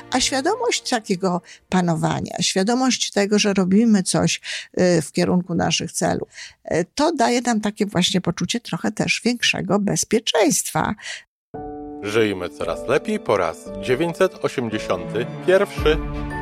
A świadomość takiego panowania, świadomość tego, że robimy coś w kierunku naszych celów, to daje nam takie właśnie poczucie trochę też większego bezpieczeństwa. Żyjmy coraz lepiej po raz 981.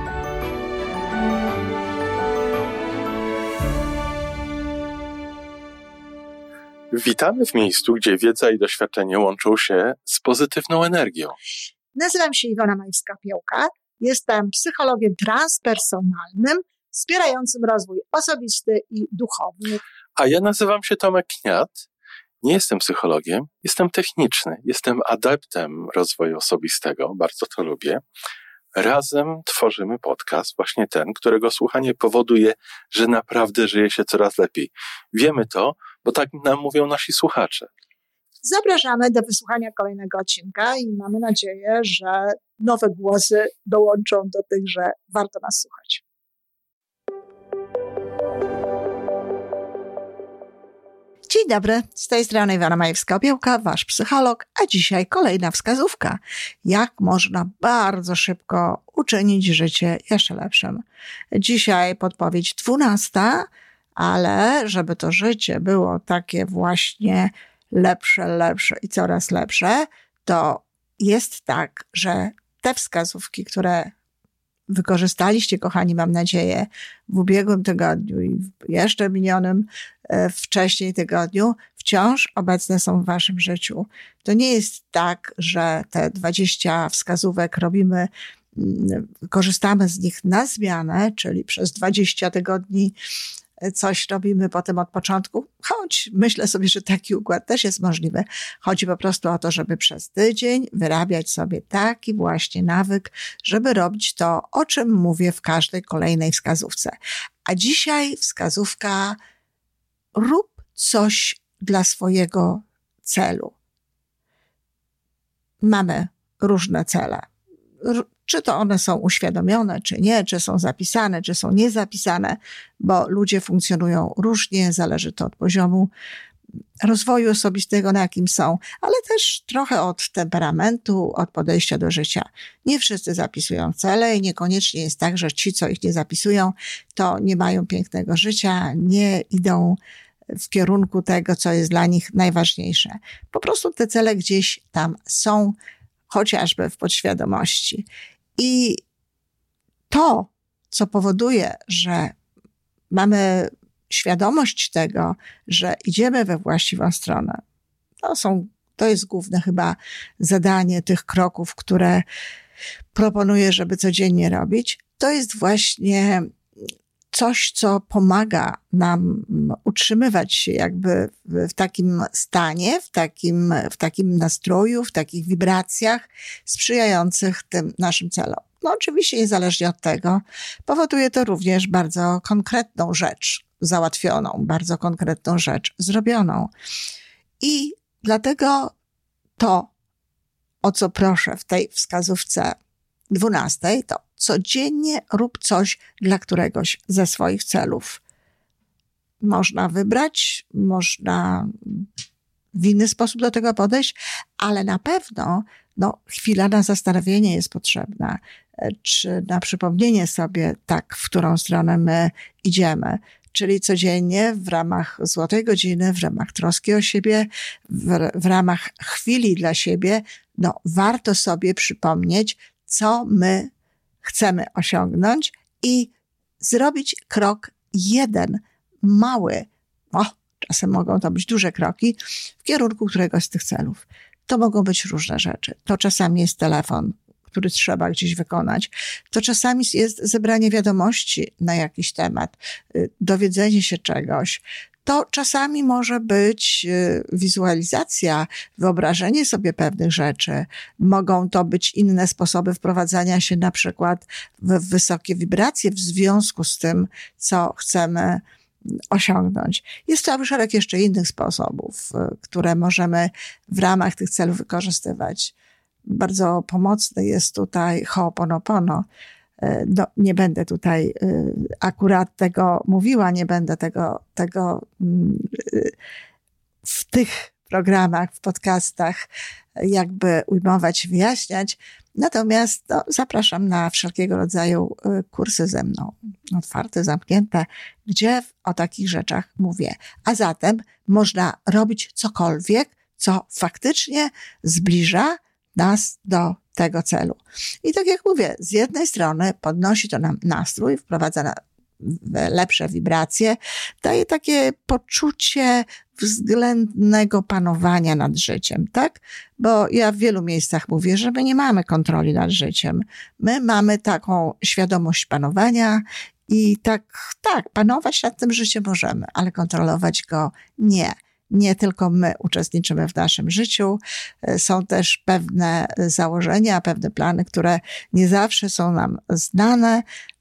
Witamy w miejscu, gdzie wiedza i doświadczenie łączą się z pozytywną energią. Nazywam się Iwona Majewska-Piołka. Jestem psychologiem transpersonalnym, wspierającym rozwój osobisty i duchowy. A ja nazywam się Tomek Kniat. Nie jestem psychologiem, jestem techniczny, jestem adeptem rozwoju osobistego, bardzo to lubię. Razem tworzymy podcast, właśnie ten, którego słuchanie powoduje, że naprawdę żyje się coraz lepiej. Wiemy to, bo tak nam mówią nasi słuchacze. Zapraszamy do wysłuchania kolejnego odcinka i mamy nadzieję, że nowe głosy dołączą do tych, że warto nas słuchać. Dzień dobry, z tej strony Iwona Majewska-Piołka, wasz psycholog, a dzisiaj kolejna wskazówka, jak można bardzo szybko uczynić życie jeszcze lepszym. Dzisiaj podpowiedź 12, ale żeby to życie było takie właśnie lepsze i coraz lepsze, to jest tak, że te wskazówki, które wykorzystaliście, kochani, mam nadzieję, w ubiegłym tygodniu i w jeszcze minionym wcześniej tygodniu, wciąż obecne są w waszym życiu. To nie jest tak, że te 20 wskazówek robimy, korzystamy z nich na zmianę, czyli przez 20 tygodni coś robimy potem od początku, choć myślę sobie, że taki układ też jest możliwy. Chodzi po prostu o to, żeby przez tydzień wyrabiać sobie taki właśnie nawyk, żeby robić to, o czym mówię w każdej kolejnej wskazówce. A dzisiaj wskazówka: rób coś dla swojego celu. Mamy różne cele. Czy to one są uświadomione, czy nie, czy są zapisane, czy są niezapisane, bo ludzie funkcjonują różnie, zależy to od poziomu rozwoju osobistego, na jakim są, ale też trochę od temperamentu, od podejścia do życia. Nie wszyscy zapisują cele i niekoniecznie jest tak, że ci, co ich nie zapisują, to nie mają pięknego życia, nie idą w kierunku tego, co jest dla nich najważniejsze. Po prostu te cele gdzieś tam są, chociażby w podświadomości. I to, co powoduje, że mamy świadomość tego, że idziemy we właściwą stronę, to jest główne chyba zadanie tych kroków, które proponuję, żeby codziennie robić. To jest właśnie coś, co pomaga nam utrzymywać się jakby w takim stanie, w takim nastroju, w takich wibracjach sprzyjających tym naszym celom. No oczywiście niezależnie od tego powoduje to również bardzo konkretną rzecz załatwioną, bardzo konkretną rzecz zrobioną. I dlatego to, o co proszę w tej wskazówce 12, to codziennie rób coś dla któregoś ze swoich celów. Można wybrać, można w inny sposób do tego podejść, ale na pewno chwila na zastanowienie jest potrzebna, czy na przypomnienie sobie tak, w którą stronę my idziemy. Czyli codziennie w ramach złotej godziny, w ramach troski o siebie, w ramach chwili dla siebie, warto sobie przypomnieć, co my chcemy osiągnąć i zrobić krok jeden, mały, czasem mogą to być duże kroki, w kierunku któregoś z tych celów. To mogą być różne rzeczy. To czasami jest telefon, który trzeba gdzieś wykonać. To czasami jest zebranie wiadomości na jakiś temat, dowiedzenie się czegoś. To czasami może być wizualizacja, wyobrażenie sobie pewnych rzeczy. Mogą to być inne sposoby wprowadzania się na przykład w wysokie wibracje w związku z tym, co chcemy osiągnąć. Jest cały szereg jeszcze innych sposobów, które możemy w ramach tych celów wykorzystywać. Bardzo pomocny jest tutaj Ho'oponopono. Nie będę tutaj akurat tego mówiła, nie będę tego w tych programach, w podcastach jakby ujmować, wyjaśniać. Natomiast zapraszam na wszelkiego rodzaju kursy ze mną, otwarte, zamknięte, gdzie o takich rzeczach mówię. A zatem można robić cokolwiek, co faktycznie zbliża nas do tego celu. I tak jak mówię, z jednej strony podnosi to nam nastrój, wprowadza lepsze wibracje, daje takie poczucie względnego panowania nad życiem, tak? Bo ja w wielu miejscach mówię, że my nie mamy kontroli nad życiem. My mamy taką świadomość panowania i tak, panować nad tym życiem możemy, ale kontrolować go nie. Nie tylko my uczestniczymy w naszym życiu. Są też pewne założenia, pewne plany, które nie zawsze są nam znane.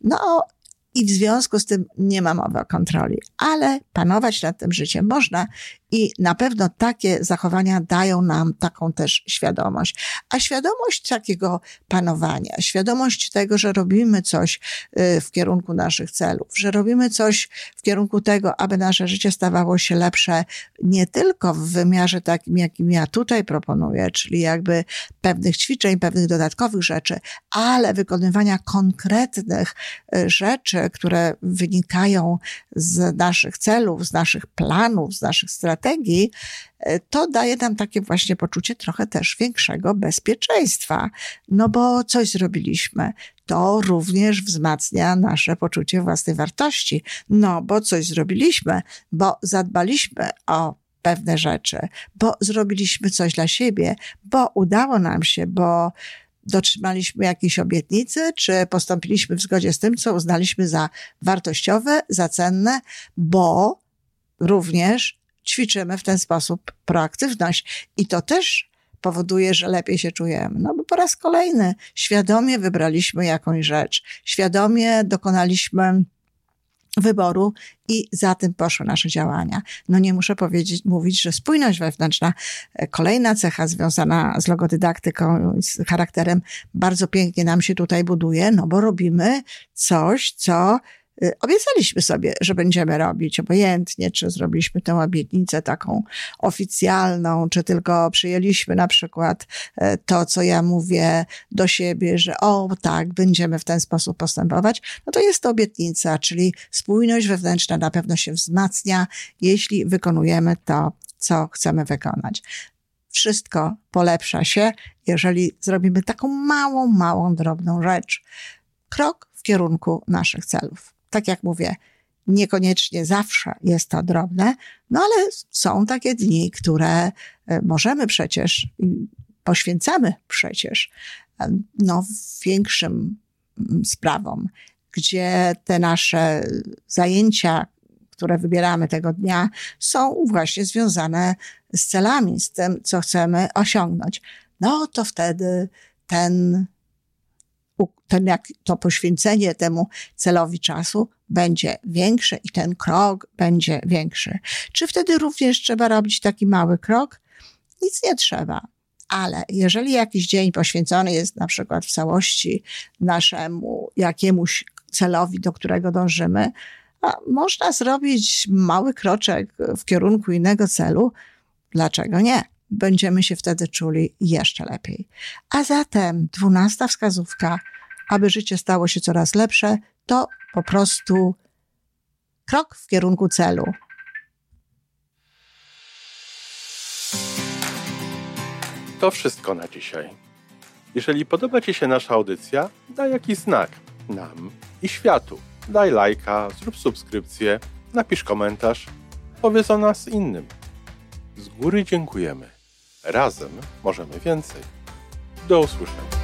I w związku z tym nie ma mowy o kontroli, ale panować nad tym życiem można i na pewno takie zachowania dają nam taką też świadomość. A świadomość takiego panowania, świadomość tego, że robimy coś w kierunku naszych celów, że robimy coś w kierunku tego, aby nasze życie stawało się lepsze nie tylko w wymiarze takim, jakim ja tutaj proponuję, czyli jakby pewnych ćwiczeń, pewnych dodatkowych rzeczy, ale wykonywania konkretnych rzeczy, które wynikają z naszych celów, z naszych planów, z naszych strategii, to daje nam takie właśnie poczucie trochę też większego bezpieczeństwa. No bo coś zrobiliśmy. To również wzmacnia nasze poczucie własnej wartości. No bo coś zrobiliśmy, bo zadbaliśmy o pewne rzeczy, bo zrobiliśmy coś dla siebie, bo udało nam się, bo dotrzymaliśmy jakiejś obietnicy, czy postąpiliśmy w zgodzie z tym, co uznaliśmy za wartościowe, za cenne, bo również ćwiczymy w ten sposób proaktywność. I to też powoduje, że lepiej się czujemy. No bo po raz kolejny świadomie wybraliśmy jakąś rzecz, świadomie dokonaliśmy wyboru i za tym poszły nasze działania. No nie muszę mówić, że spójność wewnętrzna, kolejna cecha związana z logodydaktyką, z charakterem, bardzo pięknie nam się tutaj buduje, no bo robimy coś, co obiecaliśmy sobie, że będziemy robić, obojętnie, czy zrobiliśmy tę obietnicę taką oficjalną, czy tylko przyjęliśmy na przykład to, co ja mówię do siebie, że tak, będziemy w ten sposób postępować, no to jest to obietnica, czyli spójność wewnętrzna na pewno się wzmacnia, jeśli wykonujemy to, co chcemy wykonać. Wszystko polepsza się, jeżeli zrobimy taką małą, drobną rzecz. Krok w kierunku naszych celów. Tak jak mówię, niekoniecznie zawsze jest to drobne, no ale są takie dni, które możemy przecież, poświęcamy przecież większym sprawom, gdzie te nasze zajęcia, które wybieramy tego dnia, są właśnie związane z celami, z tym, co chcemy osiągnąć. No to wtedy to poświęcenie temu celowi czasu będzie większe i ten krok będzie większy. Czy wtedy również trzeba robić taki mały krok? Nic nie trzeba. Ale jeżeli jakiś dzień poświęcony jest na przykład w całości naszemu jakiemuś celowi, do którego dążymy, można zrobić mały kroczek w kierunku innego celu. Dlaczego nie? Będziemy się wtedy czuli jeszcze lepiej. A zatem 12. wskazówka, aby życie stało się coraz lepsze, to po prostu krok w kierunku celu. To wszystko na dzisiaj. Jeżeli podoba Ci się nasza audycja, daj jakiś znak nam i światu. Daj lajka, zrób subskrypcję, napisz komentarz, powiedz o nas innym. Z góry dziękujemy. Razem możemy więcej. Do usłyszenia.